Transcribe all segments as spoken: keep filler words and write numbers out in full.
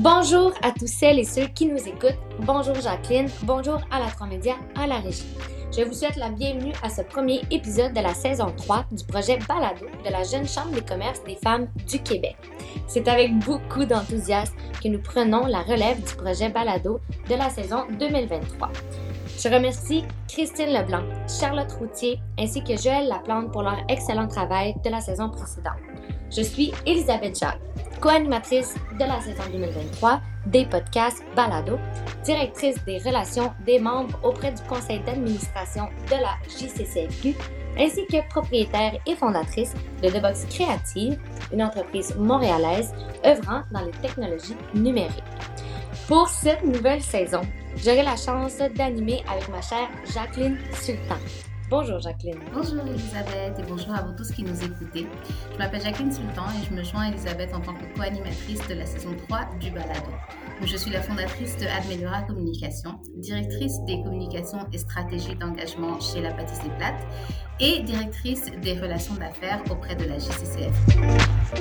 Bonjour à tous celles et ceux qui nous écoutent. Bonjour Jacqueline, bonjour à la trois médias, à la régie. Je vous souhaite la bienvenue à ce premier épisode de la saison trois du projet Balado de la Jeune Chambre des commerces des femmes du Québec. C'est avec beaucoup d'enthousiasme que nous prenons la relève du projet Balado de la saison deux mille vingt-trois. Je remercie Christine Leblanc, Charlotte Routier ainsi que Joël Laplante pour leur excellent travail de la saison précédente. Je suis Elisabeth Jacques, co-animatrice de la saison deux mille vingt-trois des podcasts Balado, directrice des relations des membres auprès du conseil d'administration de la J C C F Q, ainsi que propriétaire et fondatrice de The Box Créative, une entreprise montréalaise œuvrant dans les technologies numériques. Pour cette nouvelle saison, j'aurai la chance d'animer avec ma chère Jacqueline Sultan. Bonjour Jacqueline. Bonjour Elisabeth et bonjour à vous tous qui nous écoutez. Je m'appelle Jacqueline Sultan et je me joins à Elisabeth en tant que co-animatrice de la saison trois du Balado. Je suis la fondatrice de Admeliora Communication, directrice des communications et stratégies d'engagement chez La Pâtisserie Plate et directrice des relations d'affaires auprès de la J C C F Q.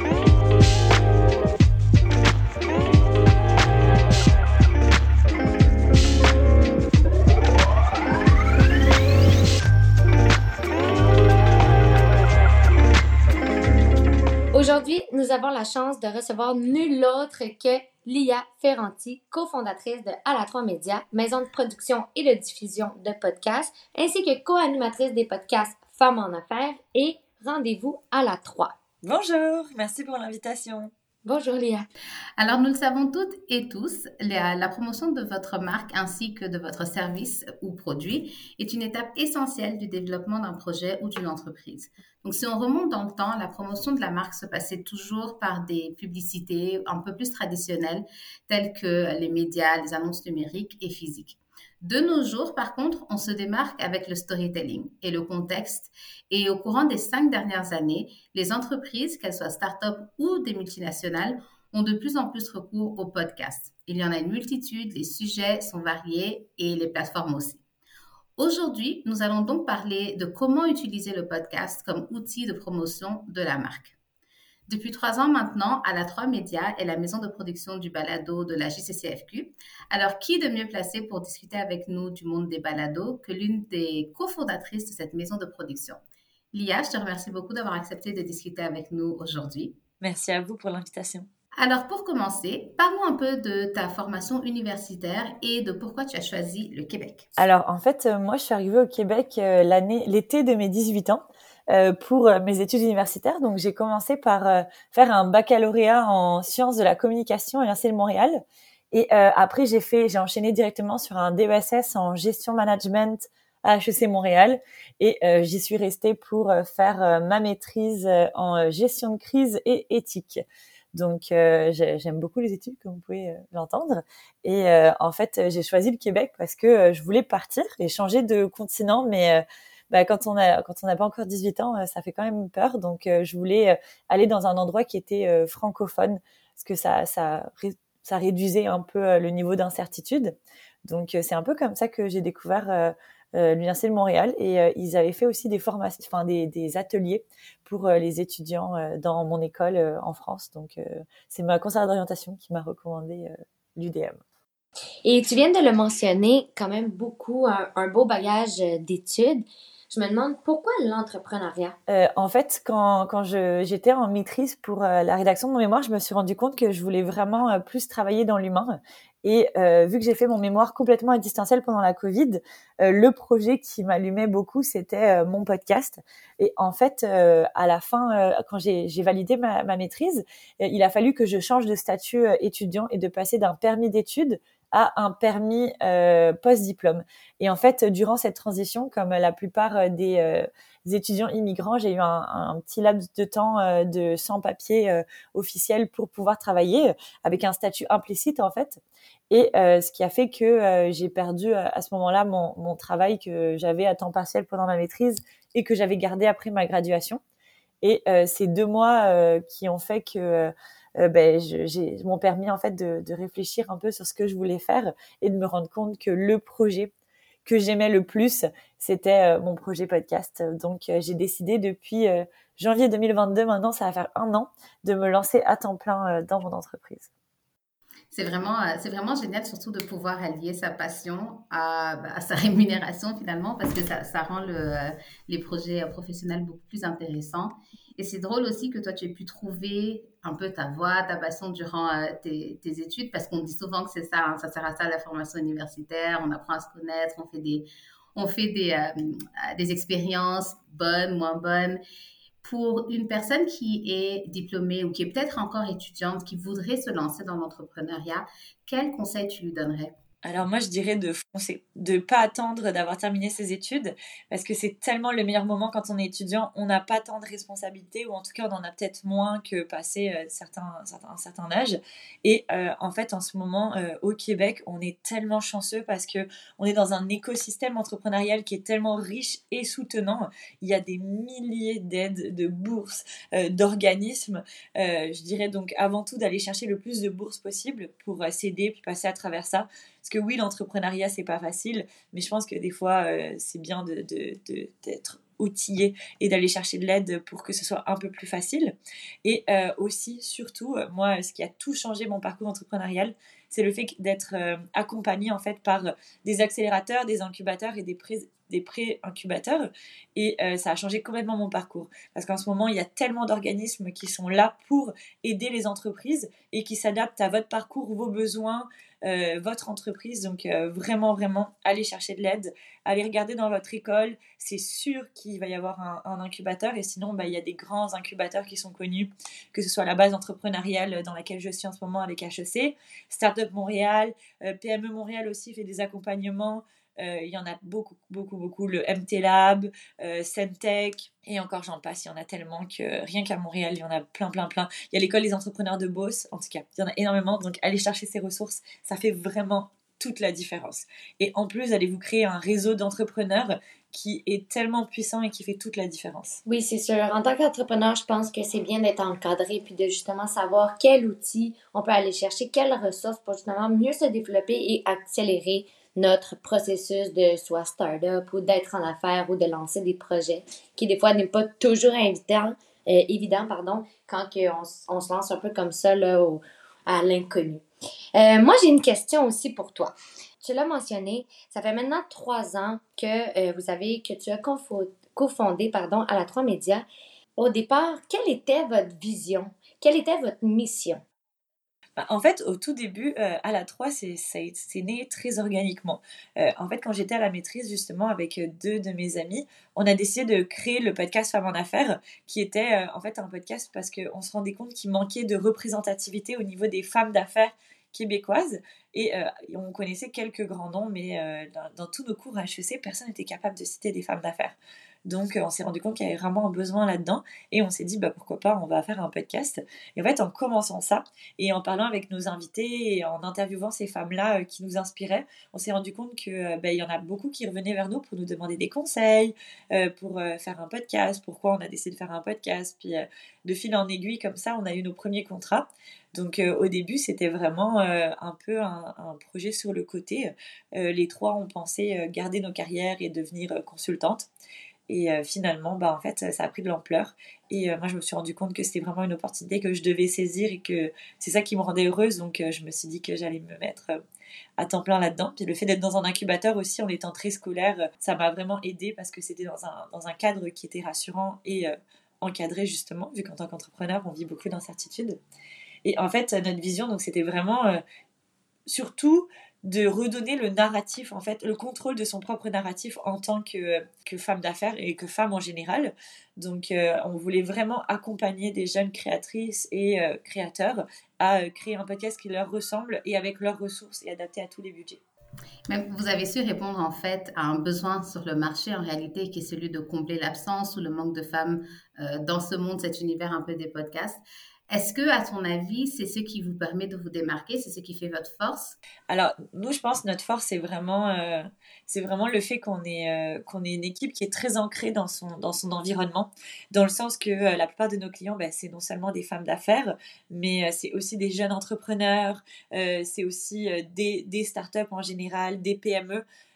Aujourd'hui, nous avons la chance de recevoir nul autre que Lia Ferranti, cofondatrice de À la trois médias, maison de production et de diffusion de podcasts, ainsi que co-animatrice des podcasts Femmes en affaires et Rendez-vous à la trois. Bonjour, merci pour l'invitation. Bonjour Lia. Alors nous le savons toutes et tous, la, la promotion de votre marque ainsi que de votre service ou produit est une étape essentielle du développement d'un projet ou d'une entreprise. Donc si on remonte dans le temps, la promotion de la marque se passait toujours par des publicités un peu plus traditionnelles telles que les médias, les annonces numériques et physiques. De nos jours, par contre, on se démarque avec le storytelling et le contexte. Et au courant des cinq dernières années, les entreprises, qu'elles soient start-up ou des multinationales, ont de plus en plus recours aux podcasts. Il y en a une multitude, les sujets sont variés et les plateformes aussi. Aujourd'hui, nous allons donc parler de comment utiliser le podcast comme outil de promotion de la marque. Depuis trois ans maintenant, À la trois médias est la maison de production du balado de la J C C F Q. Alors, qui de mieux placé pour discuter avec nous du monde des balados que l'une des cofondatrices de cette maison de production? Lia, je te remercie beaucoup d'avoir accepté de discuter avec nous aujourd'hui. Merci à vous pour l'invitation. Alors, pour commencer, parlons un peu de ta formation universitaire et de pourquoi tu as choisi le Québec. Alors, en fait, moi, je suis arrivée au Québec euh, l'année, l'été de mes dix-huit ans. Euh, pour euh, mes études universitaires. Donc, j'ai commencé par euh, faire un baccalauréat en sciences de la communication à l'Université de Montréal. Et euh, après, j'ai fait, j'ai enchaîné directement sur un D E S S en gestion management à H E C Montréal. Et euh, j'y suis restée pour euh, faire euh, ma maîtrise euh, en gestion de crise et éthique. Donc, euh, j'aime beaucoup les études, comme vous pouvez euh, l'entendre. Et euh, en fait, j'ai choisi le Québec parce que euh, je voulais partir et changer de continent, mais euh, Bah, quand on a quand on n'a pas encore dix-huit ans, ça fait quand même peur. Donc, euh, je voulais euh, aller dans un endroit qui était euh, francophone, parce que ça ça ça réduisait un peu euh, le niveau d'incertitude. Donc, euh, c'est un peu comme ça que j'ai découvert euh, euh, l'Université de Montréal. Et euh, ils avaient fait aussi des formations, enfin des des ateliers pour euh, les étudiants euh, dans mon école euh, en France. Donc, euh, c'est ma conseillère d'orientation qui m'a recommandé euh, l'U D M. Et tu viens de le mentionner, quand même beaucoup, un, un beau bagage d'études. Je me demande pourquoi l'entrepreneuriat? Euh, en fait, quand, quand je, j'étais en maîtrise pour euh, la rédaction de mon mémoire, je me suis rendu compte que je voulais vraiment euh, plus travailler dans l'humain. Et euh, vu que j'ai fait mon mémoire complètement à distanciel pendant la Covid, euh, le projet qui m'allumait beaucoup, c'était euh, mon podcast. Et en fait, euh, à la fin, euh, quand j'ai, j'ai validé ma, ma maîtrise, euh, il a fallu que je change de statut euh, étudiant et de passer d'un permis d'études à un permis euh, post-diplôme. Et en fait, durant cette transition, comme la plupart des, euh, des étudiants immigrants, j'ai eu un, un petit laps de temps euh, de sans-papier euh, officiel pour pouvoir travailler, avec un statut implicite en fait. Et euh, ce qui a fait que euh, j'ai perdu euh, à ce moment-là mon, mon travail que j'avais à temps partiel pendant ma maîtrise et que j'avais gardé après ma graduation. Et euh, ces deux mois euh, qui ont fait que euh, euh, ben, je, j'ai m'ont permis en fait de, de réfléchir un peu sur ce que je voulais faire et de me rendre compte que le projet que j'aimais le plus, c'était euh, mon projet podcast. Donc euh, j'ai décidé depuis euh, janvier deux mille vingt-deux, maintenant ça va faire un an, de me lancer à temps plein euh, dans mon entreprise. C'est vraiment, euh, c'est vraiment génial, surtout de pouvoir allier sa passion à, bah, à sa rémunération finalement, parce que ça, ça rend le, euh, les projets euh, professionnels beaucoup plus intéressants. Et c'est drôle aussi que toi, tu aies pu trouver un peu ta voie, ta passion durant euh, tes, tes études, parce qu'on dit souvent que c'est ça, hein, ça sert à ça la formation universitaire, on apprend à se connaître, on fait des, on fait des, euh, des expériences bonnes, moins bonnes. Pour une personne qui est diplômée ou qui est peut-être encore étudiante, qui voudrait se lancer dans l'entrepreneuriat, quel conseil tu lui donnerais? Alors moi, je dirais de foncer, de pas attendre d'avoir terminé ses études, parce que c'est tellement le meilleur moment quand on est étudiant. On n'a pas tant de responsabilités, ou en tout cas, on en a peut-être moins que passé euh, certains, certains, un certain âge. Et euh, en fait, en ce moment, euh, au Québec, on est tellement chanceux parce que on est dans un écosystème entrepreneurial qui est tellement riche et soutenant. Il y a des milliers d'aides, de bourses, euh, d'organismes. Euh, je dirais donc avant tout d'aller chercher le plus de bourses possible pour euh, s'aider puis passer à travers ça. Parce que oui, l'entrepreneuriat, c'est pas facile, mais je pense que des fois, euh, c'est bien de, de, de, d'être outillé et d'aller chercher de l'aide pour que ce soit un peu plus facile. Et euh, aussi, surtout, euh, moi, ce qui a tout changé mon parcours entrepreneurial, c'est le fait d'être euh, accompagné en fait par des accélérateurs, des incubateurs et des pré- des pré-incubateurs. Et euh, ça a changé complètement mon parcours. Parce qu'en ce moment, il y a tellement d'organismes qui sont là pour aider les entreprises et qui s'adaptent à votre parcours, vos besoins, euh, votre entreprise. Donc euh, vraiment, vraiment, allez chercher de l'aide, allez regarder dans votre école. C'est sûr qu'il va y avoir un, un incubateur, et sinon, bah, il y a des grands incubateurs qui sont connus, que ce soit la base entrepreneuriale dans laquelle je suis en ce moment avec H E C, Startup Montréal, euh, P M E Montréal aussi fait des accompagnements. Euh, il y en a beaucoup, beaucoup, beaucoup. Le M T Lab, euh, Centech, et encore j'en passe. Il y en a tellement que rien qu'à Montréal, il y en a plein, plein, plein. Il y a l'école des entrepreneurs de Beauce, en tout cas, il y en a énormément. Donc, allez chercher ces ressources, ça fait vraiment toute la différence. Et en plus, allez vous créer un réseau d'entrepreneurs qui est tellement puissant et qui fait toute la différence. Oui, c'est sûr. En tant qu'entrepreneur, je pense que c'est bien d'être encadré puis de justement savoir quel outil on peut aller chercher, quelles ressources pour justement mieux se développer et accélérer notre processus de soit start-up ou d'être en affaires ou de lancer des projets qui des fois n'est pas toujours évident, euh, évident pardon, quand que on, s- on se lance un peu comme ça là, au- à l'inconnu. Euh, moi, j'ai une question aussi pour toi. Tu l'as mentionné, ça fait maintenant trois ans que euh, vous avez, que tu as confo- cofondé, pardon, à la trois Médias. Au départ, quelle était votre vision? Quelle était votre mission? Bah, en fait, au tout début, euh, à la trois, c'est, c'est, c'est né très organiquement. Euh, en fait, quand j'étais à la maîtrise, justement, avec euh, deux de mes amis, on a décidé de créer le podcast Femmes en Affaires, qui était euh, en fait un podcast parce qu'on se rendait compte qu'il manquait de représentativité au niveau des femmes d'affaires québécoises. Et euh, on connaissait quelques grands noms, mais euh, dans, dans tous nos cours à H E C, personne n'était capable de citer des femmes d'affaires. Donc, euh, on s'est rendu compte qu'il y avait vraiment un besoin là-dedans. Et on s'est dit, bah, pourquoi pas, on va faire un podcast. Et en fait, en commençant ça, et en parlant avec nos invités et en interviewant ces femmes-là euh, qui nous inspiraient, on s'est rendu compte que euh, ben, il y en a beaucoup qui revenaient vers nous pour nous demander des conseils, euh, pour euh, faire un podcast, pourquoi on a décidé de faire un podcast. Puis euh, de fil en aiguille, comme ça, on a eu nos premiers contrats. Donc euh, au début, c'était vraiment euh, un peu un, un projet sur le côté. Euh, les trois ont pensé euh, garder nos carrières et devenir euh, consultantes. Et euh, finalement, bah, en fait, ça a pris de l'ampleur. Et euh, moi, je me suis rendu compte que c'était vraiment une opportunité que je devais saisir et que c'est ça qui me rendait heureuse. Donc, euh, je me suis dit que j'allais me mettre euh, à temps plein là-dedans. Puis le fait d'être dans un incubateur aussi, en étant très scolaire, euh, ça m'a vraiment aidée parce que c'était dans un, dans un cadre qui était rassurant et euh, encadré, justement, vu qu'en tant qu'entrepreneur, on vit beaucoup d'incertitudes. Et en fait, notre vision, donc, c'était vraiment euh, surtout de redonner le narratif, en fait, le contrôle de son propre narratif en tant que, que femme d'affaires et que femme en général. Donc, euh, on voulait vraiment accompagner des jeunes créatrices et euh, créateurs à euh, créer un podcast qui leur ressemble et avec leurs ressources et adapté à tous les budgets. Mais vous avez su répondre en fait à un besoin sur le marché en réalité qui est celui de combler l'absence ou le manque de femmes euh, dans ce monde, cet univers un peu des podcasts. Est-ce que, à ton avis, c'est ce qui vous permet de vous démarquer, c'est ce qui fait votre force? Alors, nous, je pense que notre force, c'est vraiment, euh, c'est vraiment le fait qu'on est, euh, qu'on est une équipe qui est très ancrée dans son, dans son environnement, dans le sens que euh, la plupart de nos clients, ben, c'est non seulement des femmes d'affaires, mais euh, c'est aussi des jeunes entrepreneurs, euh, c'est aussi euh, des, des startups en général, des P M E.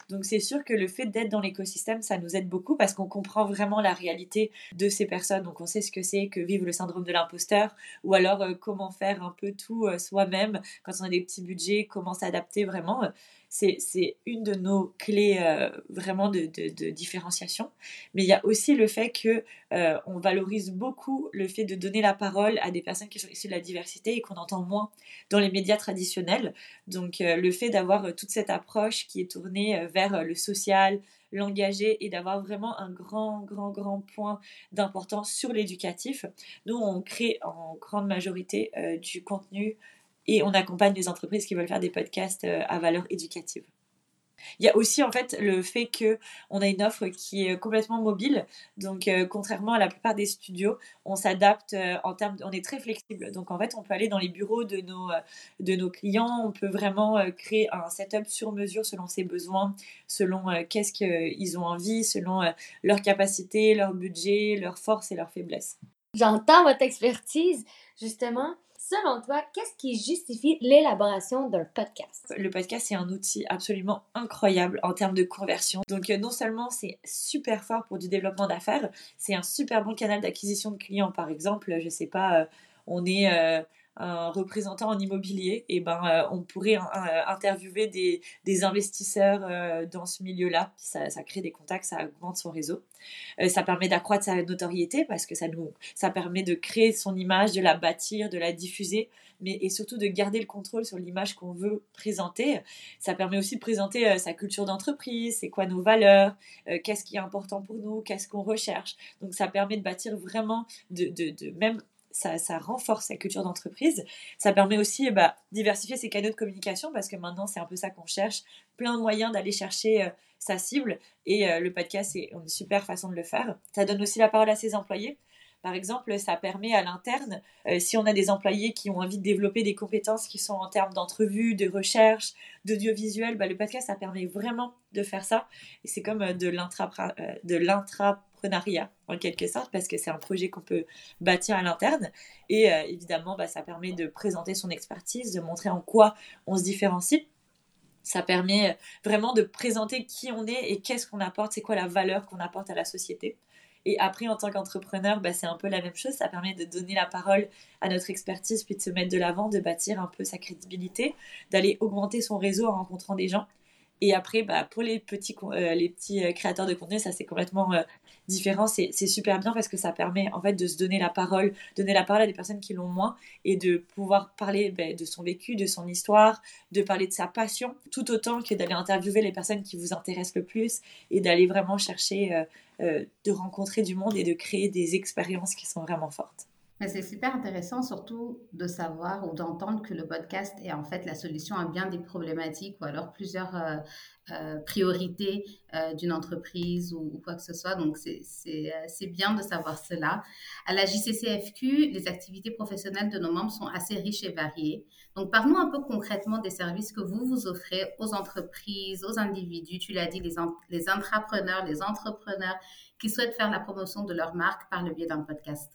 Donc c'est sûr que le fait d'être dans l'écosystème, ça nous aide beaucoup parce qu'on comprend vraiment la réalité de ces personnes. Donc on sait ce que c'est que vivre le syndrome de l'imposteur, ou alors euh, comment faire un peu tout euh, soi-même quand on a des petits budgets, comment s'adapter vraiment. C'est, c'est une de nos clés euh, vraiment de, de, de différenciation. Mais il y a aussi le fait que euh, on valorise beaucoup le fait de donner la parole à des personnes qui sont issues de la diversité et qu'on entend moins dans les médias traditionnels. Donc euh, le fait d'avoir euh, toute cette approche qui est tournée euh, vers euh, le social, l'engagé, et d'avoir vraiment un grand, grand, grand point d'importance sur l'éducatif. Nous, on crée en grande majorité euh, du contenu et on accompagne les entreprises qui veulent faire des podcasts euh, à valeur éducative. Il y a aussi en fait le fait qu'on a une offre qui est complètement mobile. Donc euh, contrairement à la plupart des studios, on s'adapte euh, en termes, de, on est très flexible. Donc en fait, on peut aller dans les bureaux de nos euh, de nos clients. On peut vraiment euh, créer un setup sur mesure selon ses besoins, selon euh, qu'est-ce qu'ils ont envie, selon euh, leur capacité, leur budget, leurs forces et leurs faiblesses. J'entends votre expertise. Justement, selon toi, qu'est-ce qui justifie l'élaboration d'un podcast? Le podcast, c'est un outil absolument incroyable en termes de conversion. Donc, euh, non seulement c'est super fort pour du développement d'affaires, c'est un super bon canal d'acquisition de clients. Par exemple, je sais pas, euh, on est euh, un représentant en immobilier, et ben euh, on pourrait euh, interviewer des, des investisseurs euh, dans ce milieu-là. Ça, ça crée des contacts, ça augmente son réseau. Euh, ça permet d'accroître sa notoriété parce que ça nous, ça permet de créer son image, de la bâtir, de la diffuser, mais et surtout de garder le contrôle sur l'image qu'on veut présenter. Ça permet aussi de présenter euh, sa culture d'entreprise, c'est quoi nos valeurs, euh, qu'est-ce qui est important pour nous, qu'est-ce qu'on recherche. Donc ça permet de bâtir vraiment, de, de, de même Ça, ça renforce sa culture d'entreprise. Ça permet aussi bah, diversifier ses canaux de communication parce que maintenant, c'est un peu ça qu'on cherche. Plein de moyens d'aller chercher euh, sa cible, et euh, le podcast, c'est une super façon de le faire. Ça donne aussi la parole à ses employés. Par exemple, ça permet à l'interne, euh, si on a des employés qui ont envie de développer des compétences qui sont en termes d'entrevue, de recherche, d'audiovisuel, bah, le podcast, ça permet vraiment de faire ça. Et c'est comme euh, de l'intra, euh, de l'intrapreneuriat, en quelque sorte, parce que c'est un projet qu'on peut bâtir à l'interne. Et euh, évidemment, bah, ça permet de présenter son expertise, de montrer en quoi on se différencie. Ça permet vraiment de présenter qui on est et qu'est-ce qu'on apporte, c'est quoi la valeur qu'on apporte à la société. Et après, en tant qu'entrepreneur, bah, c'est un peu la même chose. Ça permet de donner la parole à notre expertise, puis de se mettre de l'avant, de bâtir un peu sa crédibilité, d'aller augmenter son réseau en rencontrant des gens. Et après, bah, pour les petits, euh, les petits euh, créateurs de contenu, ça c'est complètement euh, différent. C'est, c'est super bien parce que ça permet en fait de se donner la parole, donner la parole à des personnes qui l'ont moins, et de pouvoir parler bah, de son vécu, de son histoire, de parler de sa passion, tout autant que d'aller interviewer les personnes qui vous intéressent le plus, et d'aller vraiment chercher euh, euh, de rencontrer du monde et de créer des expériences qui sont vraiment fortes. Mais c'est super intéressant, surtout de savoir ou d'entendre que le podcast est en fait la solution à bien des problématiques ou alors plusieurs euh, euh, priorités euh, d'une entreprise ou, ou quoi que ce soit. Donc, c'est, c'est, euh, c'est bien de savoir cela. À la J C C F Q, les activités professionnelles de nos membres sont assez riches et variées. Donc, parle-nous un peu concrètement des services que vous vous offrez aux entreprises, aux individus, tu l'as dit, les, en, les intrapreneurs, les entrepreneurs qui souhaitent faire la promotion de leur marque par le biais d'un podcast.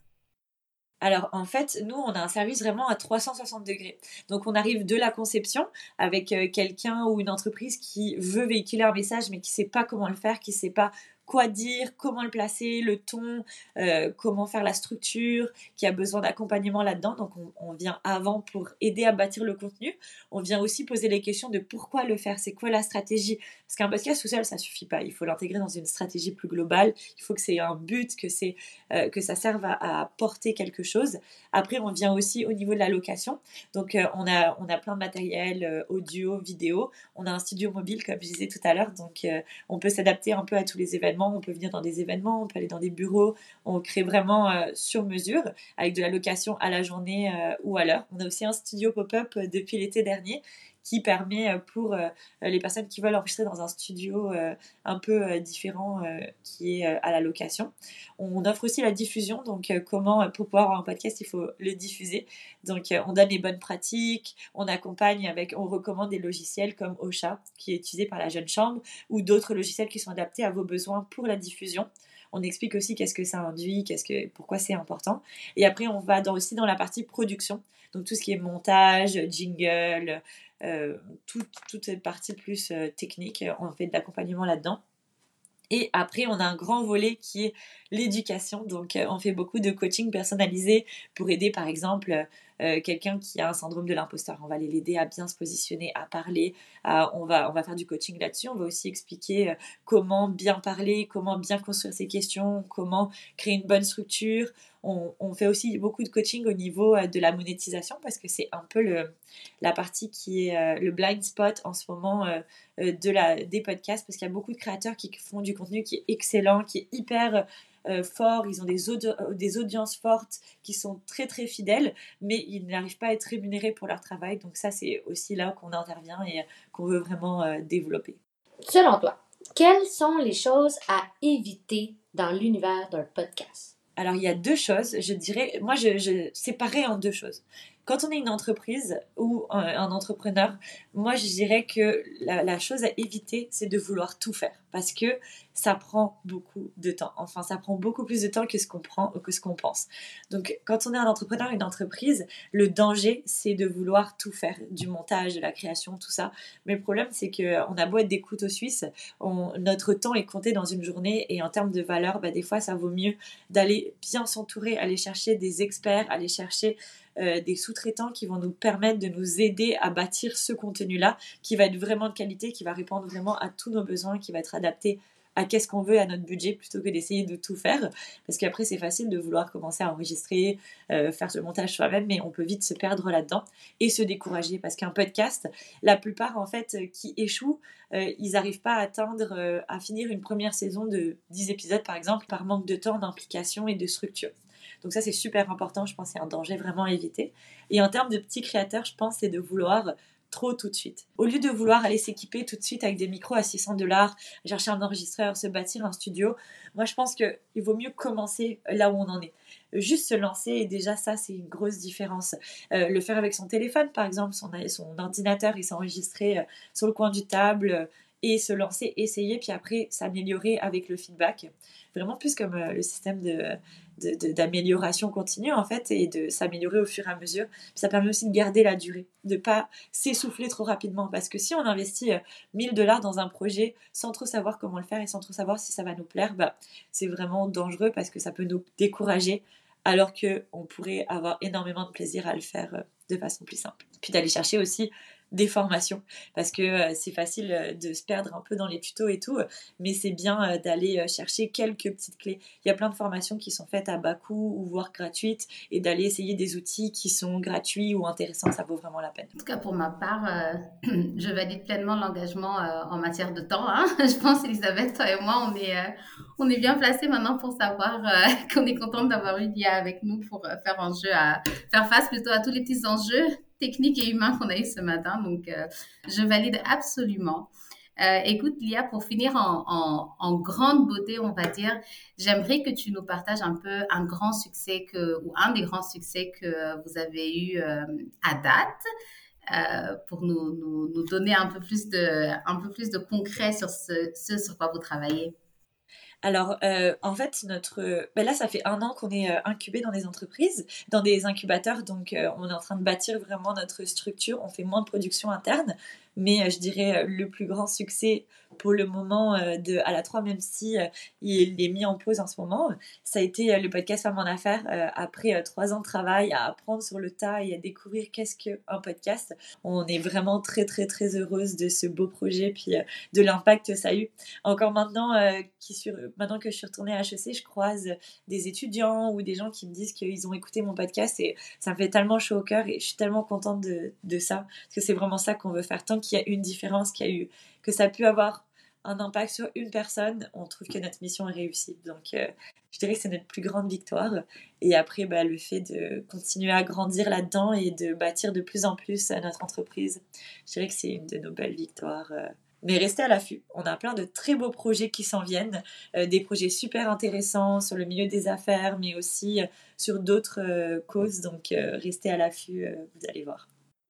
Alors en fait, nous, on a un service vraiment à trois cent soixante degrés. Donc on arrive de la conception avec euh, quelqu'un ou une entreprise qui veut véhiculer un message mais qui ne sait pas comment le faire, qui ne sait pas quoi dire, comment le placer, le ton, euh, comment faire la structure, qui a besoin d'accompagnement là-dedans. Donc on, on vient avant pour aider à bâtir le contenu. On vient aussi poser les questions de pourquoi le faire, c'est quoi la stratégie. Parce qu'un podcast tout seul, ça ne suffit pas. Il faut l'intégrer dans une stratégie plus globale. Il faut que c'est un but, que, c'est, euh, que ça serve à, à porter quelque chose. Après, on vient aussi au niveau de la location. Donc euh, on, a, on a plein de matériel, euh, audio, vidéo. On a un studio mobile, comme je disais tout à l'heure. Donc euh, on peut s'adapter un peu à tous les événements. On peut venir dans des événements, on peut aller dans des bureaux. On crée vraiment euh, sur mesure avec de la location à la journée euh, ou à l'heure. On a aussi un studio pop-up euh, depuis l'été dernier qui permet euh, pour euh, les personnes qui veulent enregistrer dans un studio euh, un peu euh, différent euh, qui est euh, à la location. On offre aussi la diffusion, donc euh, comment pour pouvoir avoir un podcast, il faut le diffuser. Donc euh, on donne les bonnes pratiques, on accompagne avec, on recommande des logiciels comme Ocha qui est utilisé par la Jeune Chambre ou d'autres logiciels qui sont adaptés à vos besoins pour la diffusion. on explique aussi qu'est-ce que ça induit, qu'est-ce que, pourquoi c'est important. Et après, on va dans, aussi dans la partie production, donc tout ce qui est montage, jingle, euh, tout, toute cette partie plus euh, technique, on fait de l'accompagnement là-dedans. Et après, on a un grand volet qui est l'éducation. Donc, euh, on fait beaucoup de coaching personnalisé pour aider, par exemple, euh, quelqu'un qui a un syndrome de l'imposteur. On va l'aider à bien se positionner, à parler. À, on, va, on va faire du coaching là-dessus. On va aussi expliquer euh, comment bien parler, comment bien construire ses questions, comment créer une bonne structure. On, on fait aussi beaucoup de coaching au niveau euh, de la monétisation parce que c'est un peu le, la partie qui est euh, le blind spot en ce moment euh, euh, de la, des podcasts, parce qu'il y a beaucoup de créateurs qui font du contenu qui est excellent, qui est hyper euh, fort, ils ont des, audi- des audiences fortes qui sont très très fidèles, mais ils n'arrivent pas à être rémunérés pour leur travail. Donc ça, c'est aussi là qu'on intervient et euh, qu'on veut vraiment euh, développer. Selon toi, quelles sont les choses à éviter dans l'univers d'un podcast? Alors, il y a deux choses, je dirais, moi, je, je séparais en deux choses. Quand on est une entreprise ou un, un entrepreneur, moi, je dirais que la, la chose à éviter, c'est de vouloir tout faire parce que ça prend beaucoup de temps. Enfin, ça prend beaucoup plus de temps que ce qu'on prend, que ce qu'on pense. Donc, quand on est un entrepreneur, une entreprise, le danger, c'est de vouloir tout faire, du montage, de la création, tout ça. Mais le problème, c'est qu'on a beau être des couteaux suisses, on, notre temps est compté dans une journée et en termes de valeur, bah, des fois, ça vaut mieux d'aller bien s'entourer, aller chercher des experts, aller chercher euh, des sous-traitants qui vont nous permettre de nous aider à bâtir ce contenu-là qui va être vraiment de qualité, qui va répondre vraiment à tous nos besoins, qui va être adapté à qu'est-ce qu'on veut, à notre budget, plutôt que d'essayer de tout faire. Parce qu'après, c'est facile de vouloir commencer à enregistrer, euh, faire le montage soi-même, mais on peut vite se perdre là-dedans et se décourager. Parce qu'un podcast, la plupart, en fait, qui échouent, euh, ils n'arrivent pas à atteindre, euh, à finir une première saison de dix épisodes, par exemple, par manque de temps, d'implication et de structure. Donc ça, c'est super important. Je pense que c'est un danger vraiment à éviter. Et en termes de petits créateurs, je pense que c'est de vouloir trop tout de suite. Au lieu de vouloir aller s'équiper tout de suite avec des micros à six cents dollars, chercher un enregistreur, se bâtir un studio, moi je pense qu'il vaut mieux commencer là où on en est. Juste se lancer, et déjà ça c'est une grosse différence. Euh, le faire avec son téléphone par exemple, son, son ordinateur et s'enregistrer euh, sur le coin du table euh, et se lancer, essayer, puis après s'améliorer avec le feedback. Vraiment plus comme euh, le système de... De, de, d'amélioration continue en fait et de s'améliorer au fur et à mesure. Puis ça permet aussi de garder la durée, de ne pas s'essouffler trop rapidement parce que si on investit mille dollars dans un projet sans trop savoir comment le faire et sans trop savoir si ça va nous plaire, bah, c'est vraiment dangereux parce que ça peut nous décourager alors qu'on pourrait avoir énormément de plaisir à le faire de façon plus simple. Puis d'aller chercher aussi des formations parce que euh, c'est facile euh, de se perdre un peu dans les tutos et tout, mais c'est bien euh, d'aller euh, chercher quelques petites clés. Il y a plein de formations qui sont faites à bas coût ou voire gratuites et d'aller essayer des outils qui sont gratuits ou intéressants, ça vaut vraiment la peine. En tout cas, pour ma part, euh, je valide pleinement l'engagement euh, en matière de temps. Hein. Je pense, Elisabeth, toi et moi, on est, euh, on est bien placés maintenant pour savoir euh, qu'on est contente d'avoir eu Lia avec nous pour euh, faire, un jeu à, faire face plutôt à tous les petits enjeux techniques et humains qu'on a eu ce matin. Donc, euh, je valide absolument. Euh, écoute, Lia, pour finir en, en, en grande beauté, on va dire, j'aimerais que tu nous partages un peu un grand succès que, ou un des grands succès que vous avez eu euh, à date, euh, pour nous, nous, nous donner un peu plus de, un peu plus de concret sur ce, ce sur quoi vous travaillez. Alors, euh, en fait, notre, ben là, ça fait un an qu'on est euh, incubé dans des entreprises, dans des incubateurs, donc euh, on est en train de bâtir vraiment notre structure. On fait moins de production interne, mais euh, je dirais euh, le plus grand succès pour le moment euh, de à la trois, même si euh, il est mis en pause en ce moment, ça a été euh, le podcast Femmes en Affaires. Euh, après euh, trois ans de travail à apprendre sur le tas et à découvrir qu'est-ce qu'un podcast, on est vraiment très très très heureuse de ce beau projet puis euh, de l'impact que ça a eu. Encore maintenant, euh, qui sur Maintenant que je suis retournée à H E C, je croise des étudiants ou des gens qui me disent qu'ils ont écouté mon podcast et ça me fait tellement chaud au cœur et je suis tellement contente de, de ça parce que c'est vraiment ça qu'on veut faire. Tant qu'il y a une différence, qu'il y a eu, que ça a pu avoir un impact sur une personne, on trouve que notre mission est réussie. Donc, euh, je dirais que c'est notre plus grande victoire. Et après, bah, le fait de continuer à grandir là-dedans et de bâtir de plus en plus notre entreprise, je dirais que c'est une de nos belles victoires. Euh, Mais restez à l'affût, on a plein de très beaux projets qui s'en viennent, euh, des projets super intéressants sur le milieu des affaires, mais aussi euh, sur d'autres euh, causes, donc euh, restez à l'affût, euh, vous allez voir.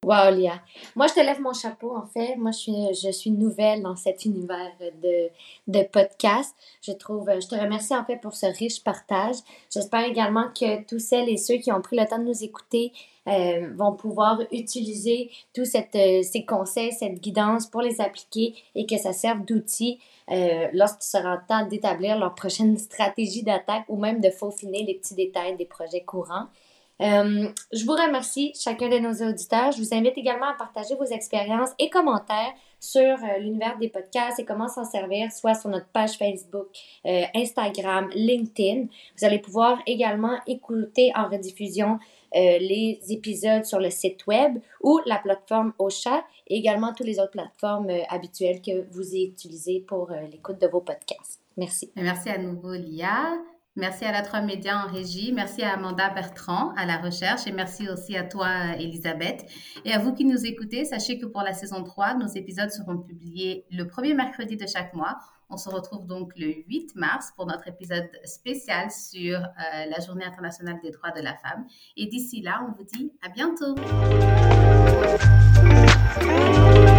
Wow, Lia. Moi, je te lève mon chapeau, en fait. Moi, je suis, je suis nouvelle dans cet univers de, de podcast. Je trouve, je te remercie, en fait, pour ce riche partage. J'espère également que tous celles et ceux qui ont pris le temps de nous écouter euh, vont pouvoir utiliser tous cette, euh, ces conseils, cette guidance pour les appliquer et que ça serve d'outil euh, lorsqu'il sera temps d'établir leur prochaine stratégie d'attaque ou même de faufiner les petits détails des projets courants. Euh, je vous remercie, chacun de nos auditeurs. Je vous invite également à partager vos expériences et commentaires sur euh, l'univers des podcasts et comment s'en servir, soit sur notre page Facebook, euh, Instagram, LinkedIn. Vous allez pouvoir également écouter en rediffusion euh, les épisodes sur le site web ou la plateforme Ocha et également toutes les autres plateformes euh, habituelles que vous utilisez pour euh, l'écoute de vos podcasts. Merci. Merci à nouveau, Lia. Merci à la trois médias en régie, merci à Amanda Bertrand à la recherche et merci aussi à toi, Elisabeth. Et à vous qui nous écoutez, sachez que pour la saison trois, nos épisodes seront publiés le premier mercredi de chaque mois. On se retrouve donc le huit mars pour notre épisode spécial sur euh, la Journée internationale des droits de la femme. Et d'ici là, on vous dit à bientôt.